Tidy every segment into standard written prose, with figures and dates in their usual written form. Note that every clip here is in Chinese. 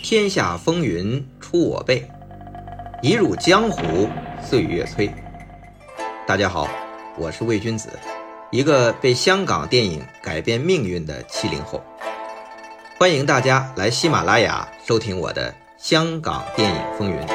天下风云出我辈，一入江湖岁月催。大家好，我是魏君子，一个被香港电影改变命运的70后。欢迎大家来喜马拉雅收听我的香港电影风云。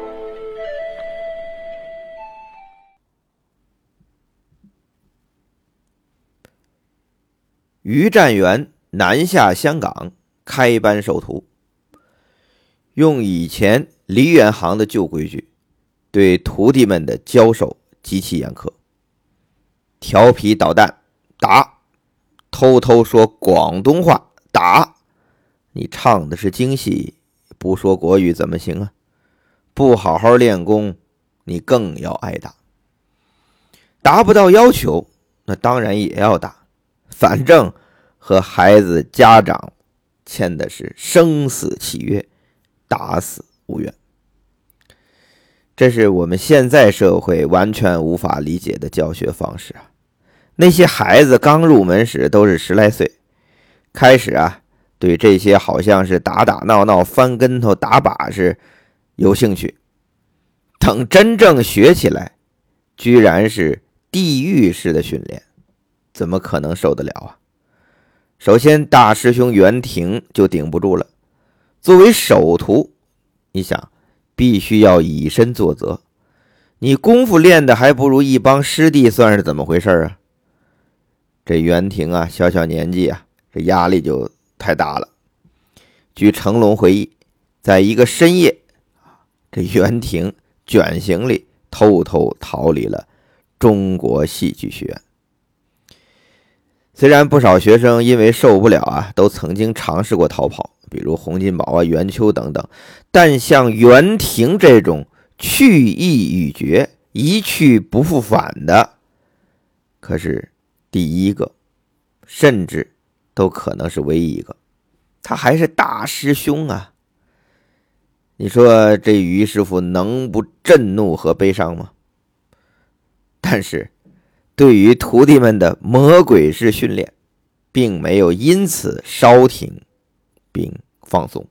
于占元南下香港开班授徒，用以前梨园行的旧规矩，对徒弟们的教授极其严苛。调皮捣蛋打，偷偷说广东话打，你唱的是京戏，不说国语怎么行啊？不好好练功，你更要挨打。达不到要求，那当然也要打，反正和孩子家长签的是生死契约，打死无怨。这是我们现在社会完全无法理解的教学方式啊！那些孩子刚入门时都是10来岁，开始对这些好像是打打闹闹、翻跟头、打把式有兴趣，等真正学起来，居然是地狱式的训练，怎么可能受得了啊？首先大师兄袁廷就顶不住了，作为首徒，你想必须要以身作则，你功夫练的还不如一帮师弟，算是怎么回事啊？这袁廷小小年纪这压力就太大了。据成龙回忆，在一个深夜，这袁廷卷行李偷偷逃离了中国戏剧学院。虽然不少学生因为受不了都曾经尝试过逃跑，比如洪金宝袁秋等等，但像袁廷这种去意已决、一去不复返的，可是第一个，甚至都可能是唯一一个。他还是大师兄啊！你说这于师傅能不震怒和悲伤吗？但是对于徒弟们的魔鬼式训练，并没有因此稍停并放松。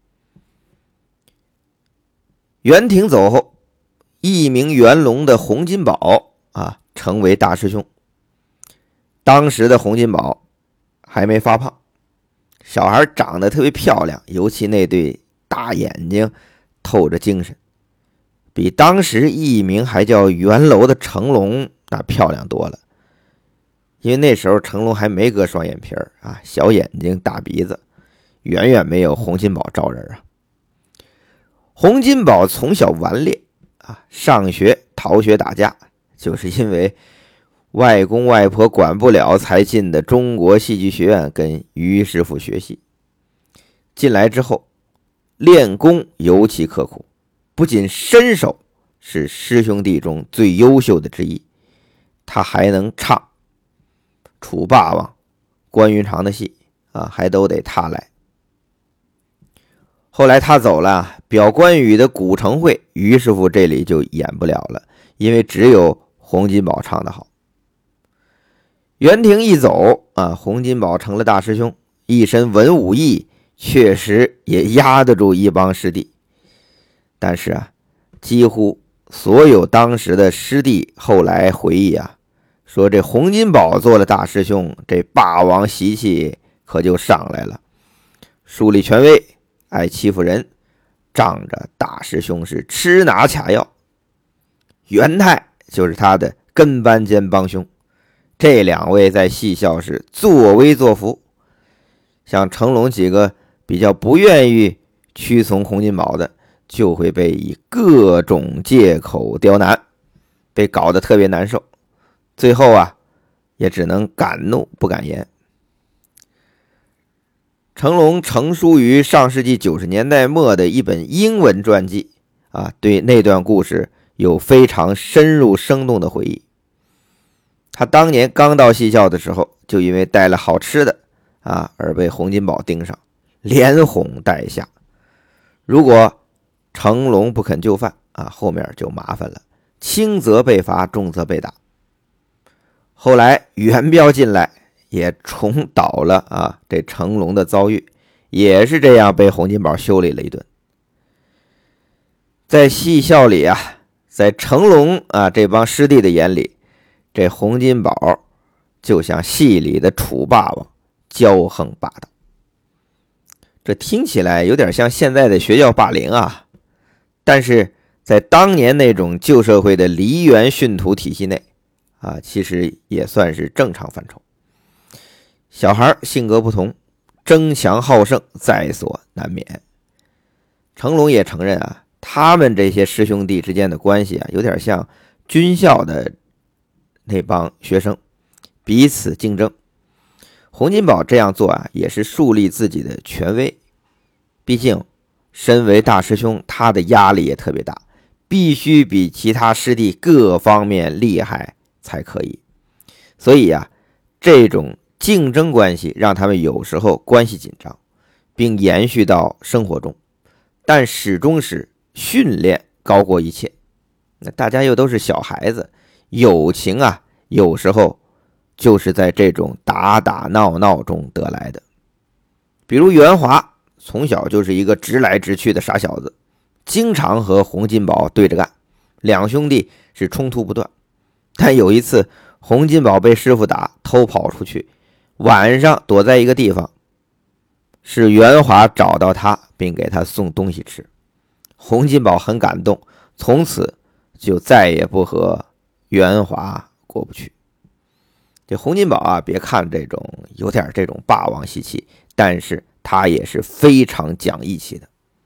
袁廷走后，一名元龙的洪金宝成为大师兄。当时的洪金宝还没发胖，小孩长得特别漂亮，尤其那对大眼睛透着精神，比当时艺名还叫元楼的成龙那漂亮多了。因为那时候成龙还没割双眼皮小眼睛大鼻子，远远没有洪金宝招人洪金宝从小顽劣上学逃学打架，就是因为外公外婆管不了才进的中国戏剧学院跟于师傅学习。进来之后练功尤其刻苦，不仅身手是师兄弟中最优秀的之一，他还能唱楚霸王、关云长的戏还都得他来。后来他走了，表关羽的古城会于师傅这里就演不了了，因为只有洪金宝唱得好。袁廷一走洪金宝成了大师兄，一身文武艺确实也压得住一帮师弟。但是几乎所有当时的师弟后来回忆说这洪金宝做了大师兄，这霸王习气可就上来了，树立权威，爱欺负人，仗着大师兄是吃拿卡要。袁泰就是他的跟班兼帮凶，这两位在戏校是作威作福。像成龙几个比较不愿意屈从洪金宝的，就会被以各种借口刁难，被搞得特别难受，最后也只能敢怒不敢言。成龙成书于上世纪90年代末的一本英文传记对那段故事有非常深入生动的回忆。他当年刚到戏校的时候，就因为带了好吃的而被洪金宝盯上，连哄带吓。如果成龙不肯就范后面就麻烦了，轻则被罚，重则被打。后来袁彪进来也重蹈了这成龙的遭遇， 也是这样被洪金宝修理了一顿。在戏校里啊，在成龙啊这帮师弟的眼里，这洪金宝就像戏里的楚霸王，骄横霸道。这听起来有点像现在的学校霸凌啊，但是在当年那种旧社会的梨园训徒体系内啊，其实也算是正常范畴。小孩性格不同，争强好胜在所难免。成龙也承认啊，他们这些师兄弟之间的关系啊，有点像军校的那帮学生，彼此竞争。洪金宝这样做啊，也是树立自己的权威。毕竟身为大师兄，他的压力也特别大，必须比其他师弟各方面厉害才可以。所以啊，这种竞争关系让他们有时候关系紧张，并延续到生活中，但始终是训练高过一切。那大家又都是小孩子，友情啊，有时候就是在这种打打闹闹中得来的。比如袁华从小就是一个直来直去的傻小子，经常和洪金宝对着干，两兄弟是冲突不断。但有一次洪金宝被师傅打，偷跑出去，晚上躲在一个地方，是袁华找到他并给他送东西吃。洪金宝很感动，从此就再也不和袁华过不去。这洪金宝啊，别看有点这种霸王习气，但是他也是非常讲义气的。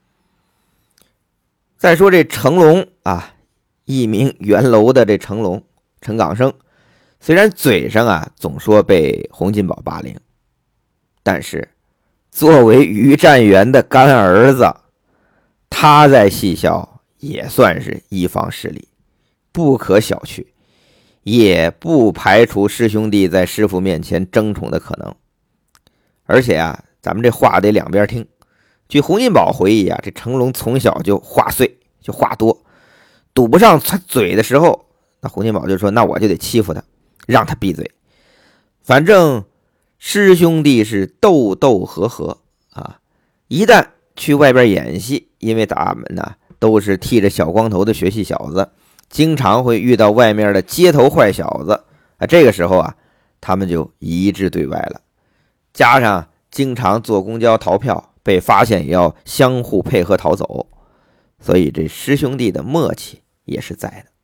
再说这成龙啊，艺名袁楼的这成龙陈港生，虽然嘴上啊总说被洪金宝霸凌，但是作为于占元的干儿子，他在戏校也算是一方势力，不可小觑，也不排除师兄弟在师傅面前争宠的可能。而且啊，咱们这话得两边听。据洪金宝回忆啊，这成龙从小就话碎，就话多，堵不上他嘴的时候，那洪金宝就说，那我就得欺负他，让他闭嘴。反正师兄弟是斗斗和和啊，一旦去外边演戏，因为他们呢都是剃着小光头的学戏小子，经常会遇到外面的街头坏小子啊，这个时候啊，他们就一致对外了。加上经常坐公交逃票，被发现也要相互配合逃走，所以这师兄弟的默契也是在的。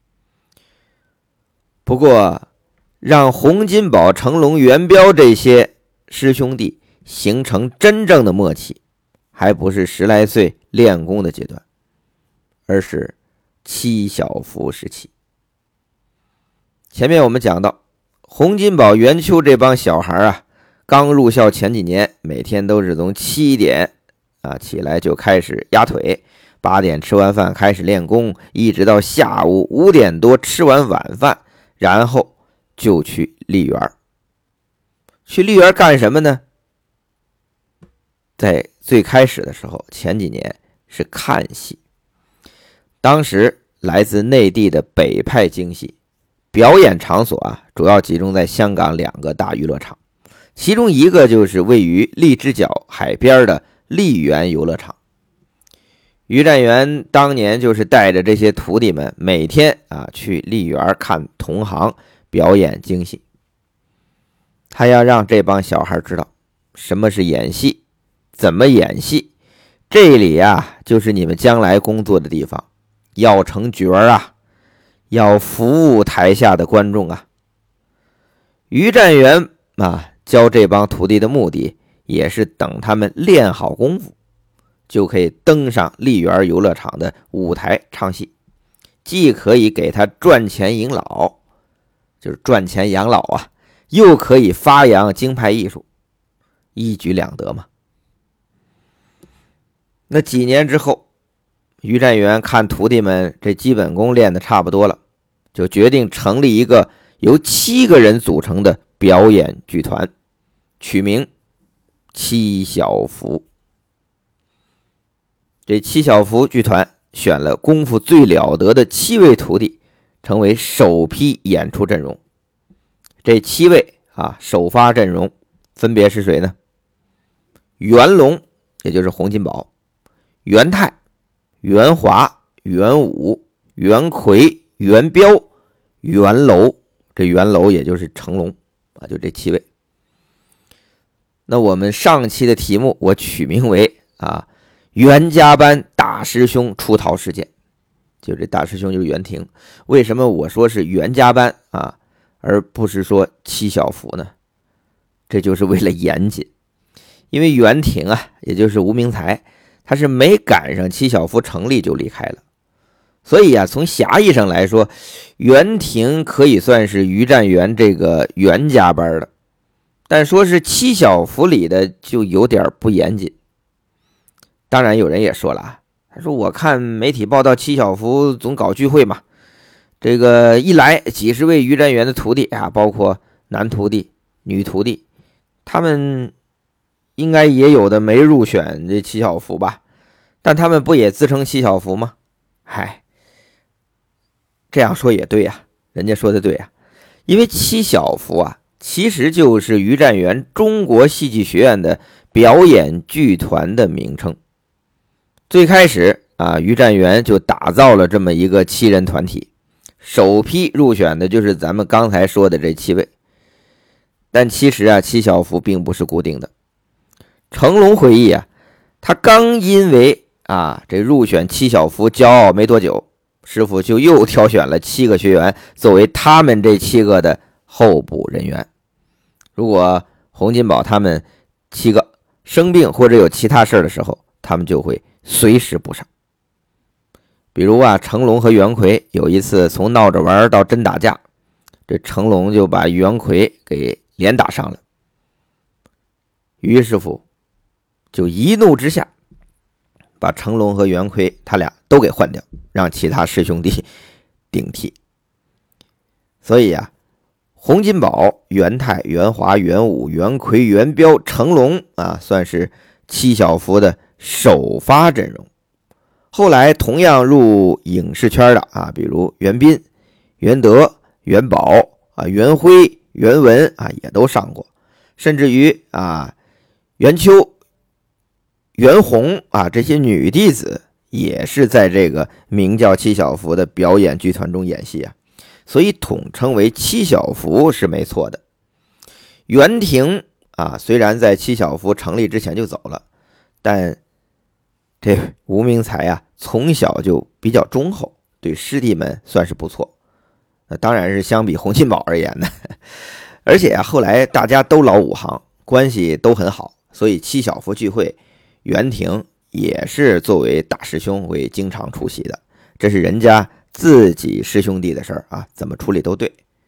不过让洪金宝、成龙、元彪这些师兄弟形成真正的默契，还不是10来岁练功的阶段，而是七小福时期。前面我们讲到，洪金宝、袁秋这帮小孩啊，刚入校前几年，每天都是从7点起来就开始压腿，8点吃完饭开始练功，一直到下午5点多吃完晚饭，然后就去梨园。去梨园干什么呢？在最开始的时候，前几年是看戏。当时来自内地的北派京戏表演场所啊，主要集中在香港2个大娱乐场，其中一个就是位于荔枝角海边的荔园游乐场。于占元当年就是带着这些徒弟们每天去荔园看同行表演京戏。他要让这帮小孩知道什么是演戏，怎么演戏，这里就是你们将来工作的地方，要成角啊，要服务台下的观众啊。于占元教这帮徒弟的目的也是等他们练好功夫，就可以登上荔园游乐场的舞台唱戏，既可以给他赚钱迎老，就是赚钱养老啊，又可以发扬京派艺术，一举两得嘛。那几年之后，于占元看徒弟们这基本功练得差不多了，就决定成立一个由7个人组成的表演剧团，取名七小福。这七小福剧团选了功夫最了得的7位徒弟，成为首批演出阵容。这7位首发阵容分别是谁呢？ 元龙也就是洪金宝、元泰、元华、元武、元魁、元彪、元楼，这元楼也就是成龙啊，就这7位。那我们上期的题目我取名为袁家班大师兄出逃事件，就这大师兄就是袁廷。为什么我说是袁家班而不是说七小福呢？这就是为了严谨。因为袁廷也就是吴明才，他是没赶上七小福成立就离开了，所以从狭义上来说，袁廷可以算是于占元这个袁家班的，但说是七小福里的就有点不严谨。当然有人也说了，他说我看媒体报道七小福总搞聚会嘛，这个一来几十位于占元的徒弟包括男徒弟、女徒弟，他们应该也有的没入选这七小福吧，但他们不也自称七小福吗？这样说也对人家说的对因为七小福其实就是于占元中国戏剧学院的表演剧团的名称。最开始于占元就打造了这么一个7人团体，首批入选的就是咱们刚才说的这7位。但其实七小福并不是固定的。成龙回忆他刚因为这入选七小福骄傲没多久，师傅就又挑选了7个学员作为他们这7个的候补人员。如果洪金宝他们7个生病或者有其他事的时候，他们就会随时补上。比如成龙和袁奎有一次从闹着玩到真打架，这成龙就把袁奎给连打伤了。于师傅就一怒之下把成龙和袁奎他俩都给换掉，让其他师兄弟顶替。所以洪金宝、袁泰、袁华、袁武、袁奎、袁彪、成龙算是七小福的首发阵容。后来同样入影视圈的比如袁彬、袁德、袁宝袁辉、袁文也都上过，甚至于袁秋、袁弘这些女弟子也是在这个名叫七小福的表演剧团中演戏所以统称为七小福是没错的。袁廷虽然在七小福成立之前就走了，但这吴明才从小就比较忠厚，对师弟们算是不错，当然是相比洪金宝而言的。而且后来大家都老武行，关系都很好，所以七小福聚会袁廷也是作为大师兄会经常出席的，这是人家自己师兄弟的事儿怎么处理都对。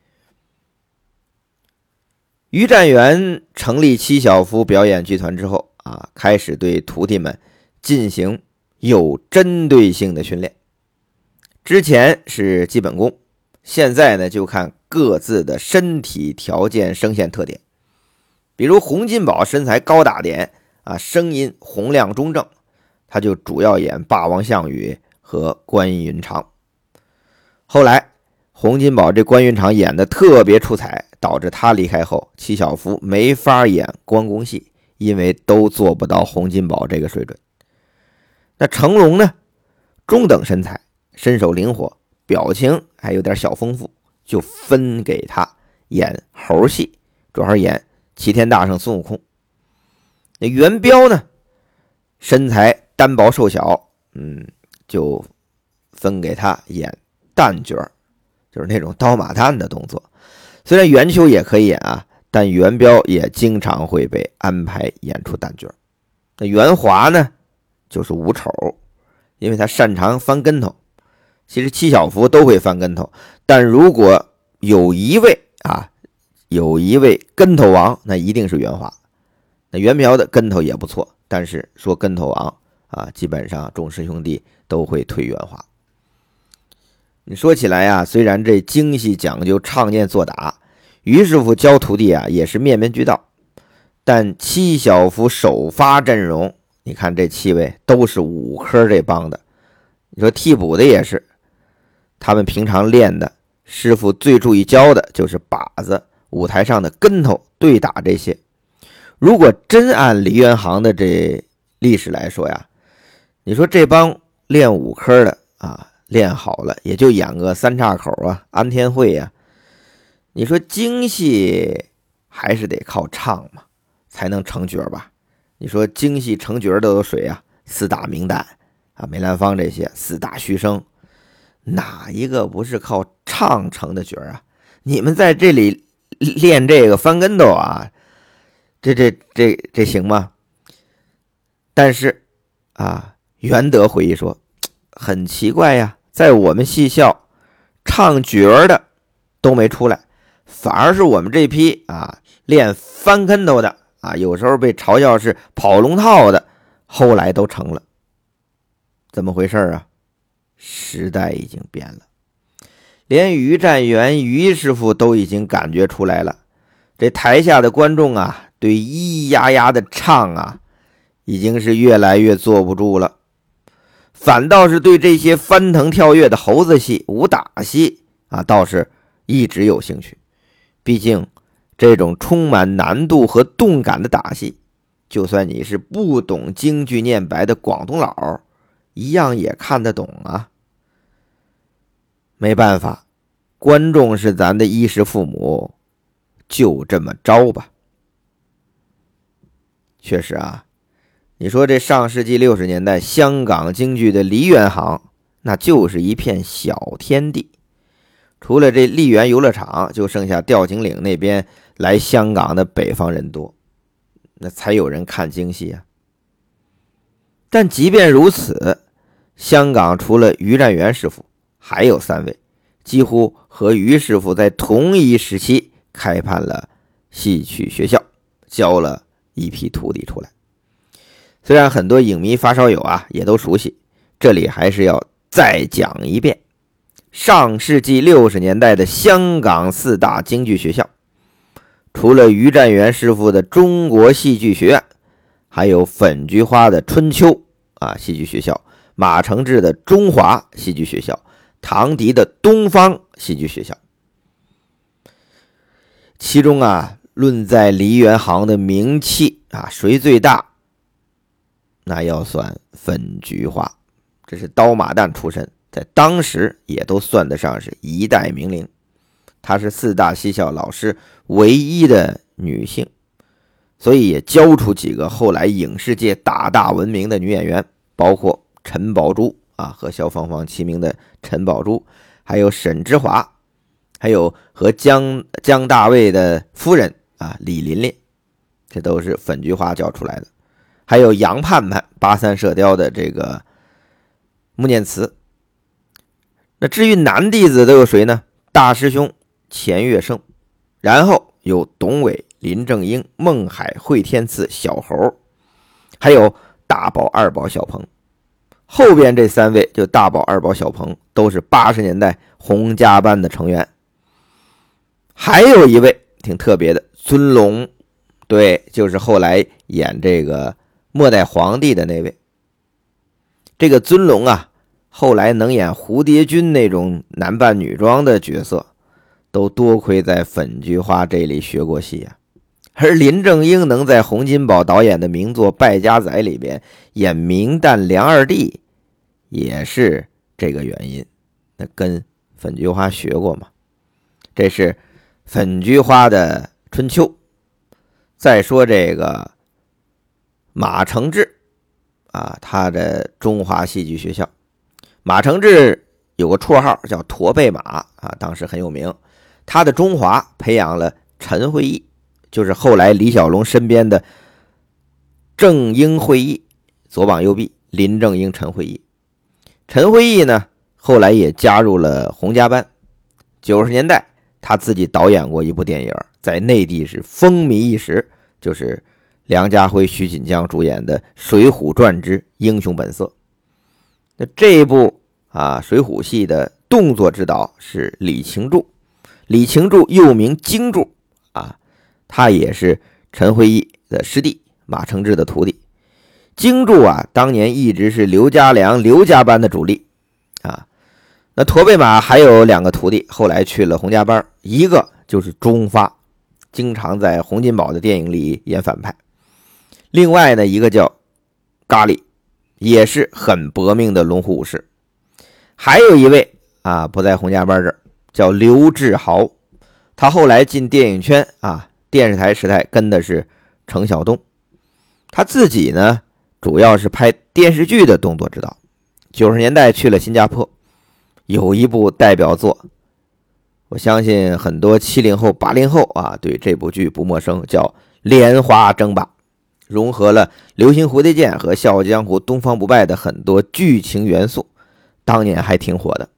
于占元成立七小福表演剧团之后开始对徒弟们进行有针对性的训练。之前是基本功，现在呢就看各自的身体条件声线特点。比如洪金宝身材高大点声音洪亮中正，他就主要演霸王项羽和关云长。后来洪金宝这关云长演的特别出彩，导致他离开后七小福没法演关公戏，因为都做不到洪金宝这个水准。那成龙呢，中等身材，身手灵活，表情还有点小丰富，就分给他演猴戏，主要演齐天大圣孙悟空。那袁彪呢，身材单薄瘦小，就分给他演旦角，就是那种刀马旦的动作。虽然袁秋也可以演但袁彪也经常会被安排演出旦角。那袁华呢，就是武丑，因为他擅长翻跟头。其实七小福都会翻跟头，但如果有一位跟头王，那一定是袁华。那袁彪的跟头也不错，但是说跟头王基本上众师兄弟都会推袁华。你说起来虽然这京戏讲究唱念做打，于师傅教徒弟也是面面俱到，但七小福首发阵容，你看这7位都是武科这帮的。你说替补的也是，他们平常练的，师傅最注意教的就是把子、舞台上的跟头、对打这些。 如果真按梨园行的这历史来说呀，你说这帮练武科的啊，练好了也就演个三岔口啊、安天会呀，你说京戏还是得靠唱嘛，才能成角吧？你说京戏成角的有谁啊？四大名旦啊，梅兰芳这些四大须生，哪一个不是靠唱成的角啊？你们在这里练这个翻跟斗啊，这行吗？但是啊，袁德回忆说，很奇怪呀，在我们戏校唱角的都没出来，反而是我们这批啊练翻跟斗的啊，有时候被嘲笑是跑龙套的，后来都成了。怎么回事啊？时代已经变了，连于占元于师傅都已经感觉出来了，这台下的观众啊，对咿咿呀呀的唱啊，已经是越来越坐不住了，反倒是对这些翻腾跳跃的猴子戏、武打戏啊，倒是一直有兴趣。毕竟这种充满难度和动感的打戏，就算你是不懂京剧念白的广东佬，一样也看得懂啊。没办法，观众是咱的衣食父母，就这么着吧。确实啊，你说这上世纪60年代香港京剧的梨园行，那就是一片小天地。除了这梨园游乐场，就剩下吊井岭那边来香港的北方人多，那才有人看京戏啊。但即便如此，香港除了于占元师傅，还有3位几乎和于师傅在同一时期开办了戏曲学校，教了一批徒弟出来。虽然很多影迷发烧友啊也都熟悉，这里还是要再讲一遍。上世纪60年代的香港4大京剧学校，除了于占元师傅的中国戏剧学院，还有粉菊花的春秋啊戏剧学校，马承志的中华戏剧学校，唐迪的东方戏剧学校。其中啊，论在梨园行的名气啊，谁最大？那要算粉菊花，这是刀马旦出身，在当时也都算得上是一代名伶。她是4大戏校老师唯一的女性，所以也教出几个后来影视界大闻名的女演员，包括陈宝珠啊，和萧芳芳齐名的陈宝珠，还有沈之华，还有和江大卫的夫人啊李琳琳，这都是粉菊花教出来的。还有杨盼盼83射雕的这个穆念慈。那至于男弟子都有谁呢？大师兄钱月生，然后有董伟、林正英、孟海、惠天赐、小猴，还有大宝、二宝、小鹏。后边这3位就大宝、二宝、小鹏都是80年代洪家班的成员。还有一位挺特别的，尊龙，对，就是后来演这个末代皇帝的那位。这个尊龙啊，后来能演蝴蝶君那种男扮女装的角色，都多亏在粉菊花这里学过戏啊。而林正英能在洪金宝导演的名作《败家仔》里边演名旦梁二弟，也是这个原因。那跟粉菊花学过嘛？这是粉菊花的春秋。再说这个马承志啊，他的中华戏剧学校。马承志有个绰号叫驼背马啊，当时很有名。他的中华培养了陈会义，就是后来李小龙身边的正英会义，左膀右臂，林正英、陈会义。陈会义呢，后来也加入了洪家班。90年代他自己导演过一部电影，在内地是风靡一时，就是梁家辉、徐锦江主演的《水浒传之英雄本色》。那这一部啊水浒戏的动作指导是李晴柱，李晴柱又名京柱啊，他也是陈会义的师弟，马承志的徒弟。京柱啊，当年一直是刘家良、刘家班的主力啊。那驼背马还有2个徒弟，后来去了洪家班，一个就是钟发，经常在洪金宝的电影里演反派， 另外呢，一个叫咖喱，也是很搏命的龙虎武士。还有一位啊，不在洪家班这儿，叫刘志豪，他后来进电影圈啊，电视台时代跟的是程晓东。他自己呢，主要是拍电视剧的动作指导。90年代去了新加坡，有一部代表作，我相信很多70后、80后啊，对这部剧不陌生，叫《莲花争霸》，融合了《流星蝴蝶剑》和《笑傲江湖》《东方不败》的很多剧情元素，当年还挺火的。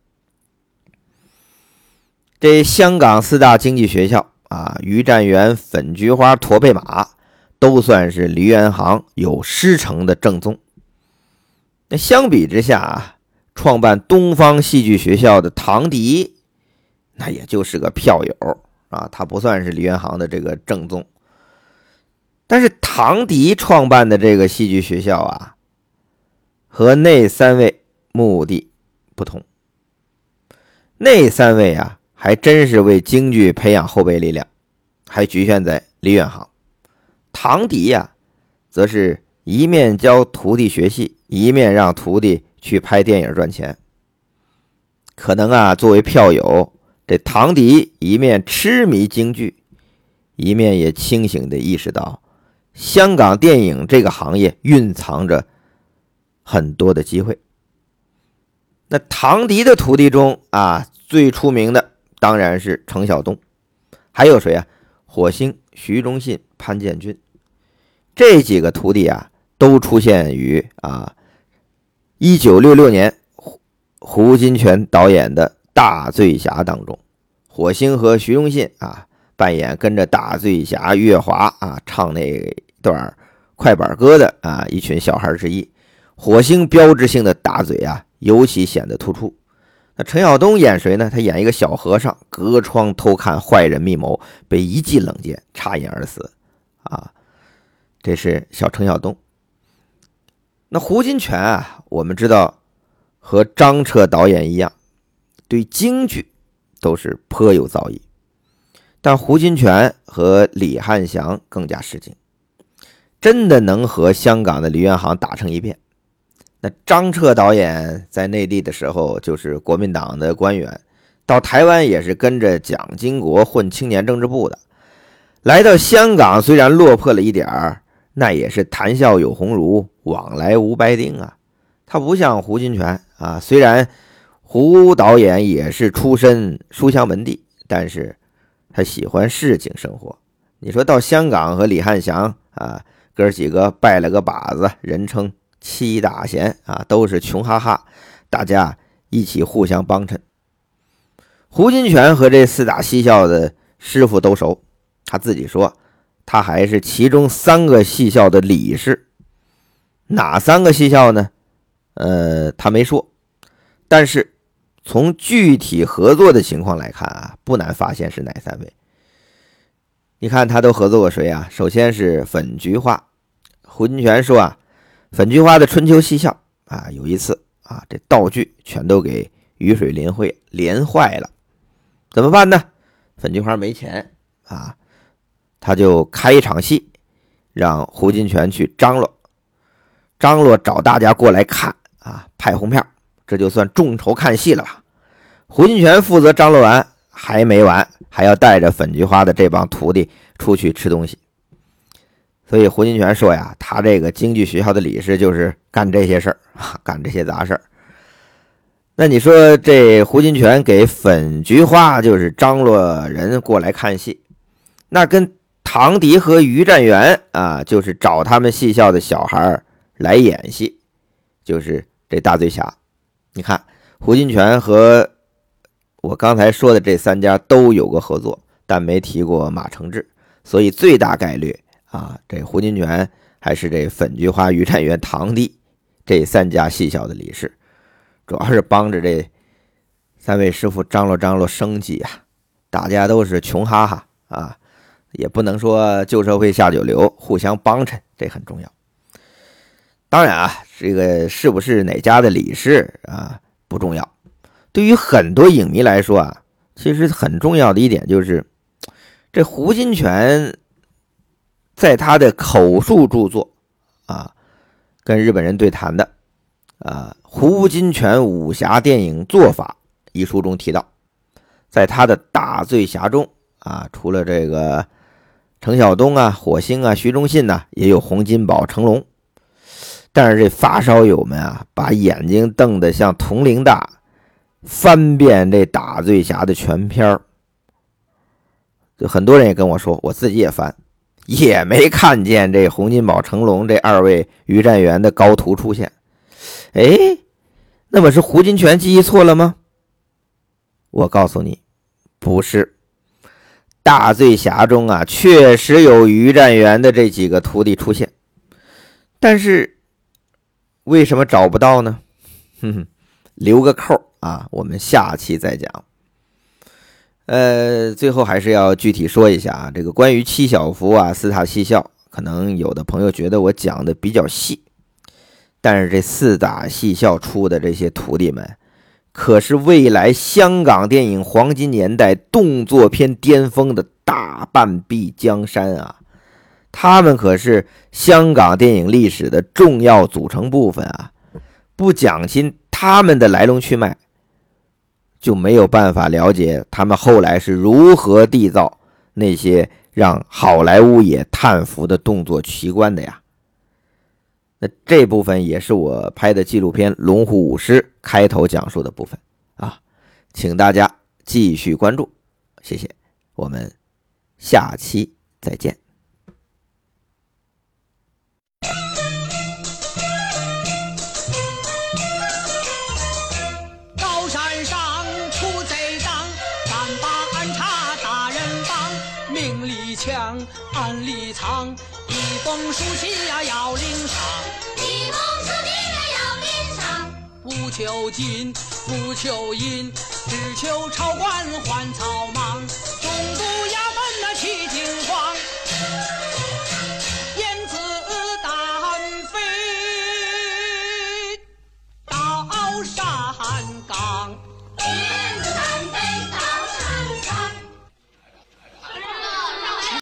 这香港4大经济学校啊，于占元、粉菊花、驼背马，都算是梨园行有师承的正宗。那相比之下啊，创办东方戏剧学校的唐迪，那也就是个票友啊，他不算是梨园行的这个正宗。但是唐迪创办的这个戏剧学校啊，和那3位目的不同。那3位啊，还真是为京剧培养后备力量，还局限在梨园行。唐迪呀，则是一面教徒弟学戏，一面让徒弟去拍电影赚钱。可能啊，作为票友，这唐迪一面痴迷京剧，一面也清醒地意识到香港电影这个行业蕴藏着很多的机会。那唐迪的徒弟中啊，最出名的当然是程晓东，还有谁啊？火星、徐忠信、潘建军，这几个徒弟啊，都出现于1966年胡金铨导演的《大醉侠》当中。火星和徐忠信啊，扮演跟着大醉侠岳华啊唱那段快板歌的啊一群小孩之一。火星标志性的大嘴啊，尤其显得突出。那陈晓东演谁呢？他演一个小和尚，隔窗偷看坏人密谋，被一记冷箭插眼而死啊。这是小陈晓东。那胡金铨啊，我们知道和张彻导演一样，对京剧都是颇有造诣，但胡金铨和李汉祥更加示警，真的能和香港的梨园行打成一片。那张彻导演在内地的时候就是国民党的官员，到台湾也是跟着蒋经国混青年政治部的，来到香港虽然落魄了一点儿，那也是谈笑有鸿儒，往来无白丁啊。他不像胡金铨啊，虽然胡导演也是出身书香门第，但是他喜欢市井生活。你说到香港和李汉祥啊，哥几个拜了个把子，人称七大贤啊，都是穷哈哈，大家一起互相帮衬。胡金铨和这4大戏校的师傅都熟，他自己说他还是其中3个戏校的理事。哪3个戏校呢？他没说，但是从具体合作的情况来看啊，不难发现是哪3位。你看他都合作过谁啊？首先是粉菊花。胡金铨说啊，粉菊花的春秋戏校啊，有一次啊，这道具全都给雨水淋坏了，怎么办呢？粉菊花没钱啊，他就开一场戏，让胡金铨去张罗，找大家过来看啊，派红票，这就算众筹看戏了吧。胡金铨负责张罗完，还没完，还要带着粉菊花的这帮徒弟出去吃东西。所以胡金铨说呀，他这个京剧学校的理事就是干这些事儿，干这些杂事儿。那你说这胡金铨给粉菊花就是张罗人过来看戏，那跟唐迪和于占元啊，就是找他们戏校的小孩来演戏，就是这大醉侠。你看胡金铨和我刚才说的这3家都有过合作，但没提过马承志，所以最大概率啊，这胡金铨还是这粉菊花、于占元、唐迪这3家戏校的理事，主要是帮着这3位师傅张罗生计啊。大家都是穷哈哈啊，也不能说旧社会下九流，互相帮衬，这很重要。当然啊，这个是不是哪家的理事啊不重要，对于很多影迷来说啊，其实很重要的一点就是这胡金铨在他的口述著作跟日本人对谈的胡金铨武侠电影做法一书中提到，在他的大醉侠中除了这个程晓东火星徐忠信也有洪金宝、成龙。但是这发烧友们把眼睛瞪得像铜铃大，翻遍这大醉侠的全片，就很多人也跟我说，我自己也翻，也没看见这洪金宝、成龙这2位于占元的高徒出现。那么是胡金铨记忆错了吗？我告诉你，不是。大醉侠中确实有于占元的这几个徒弟出现，但是为什么找不到呢？留个扣我们下期再讲。最后还是要具体说一下这个关于七小福四大戏校，可能有的朋友觉得我讲的比较细，但是这4大戏校出的这些徒弟们，可是未来香港电影黄金年代动作片巅峰的大半壁江山他们可是香港电影历史的重要组成部分不讲清他们的来龙去脉，就没有办法了解他们后来是如何缔造那些让好莱坞也叹服的动作奇观的呀。那这部分也是我拍的纪录片《龙虎舞狮》开头讲述的部分请大家继续关注，谢谢，我们下期再见。 高山上出贼党，敢把安插打人帮，明里强，暗里藏，一封书信要领赏， 一封书信要领赏， 不求金，不求银，只求朝官还草莽，总督衙门起惊慌，言辞胆飞到山岗。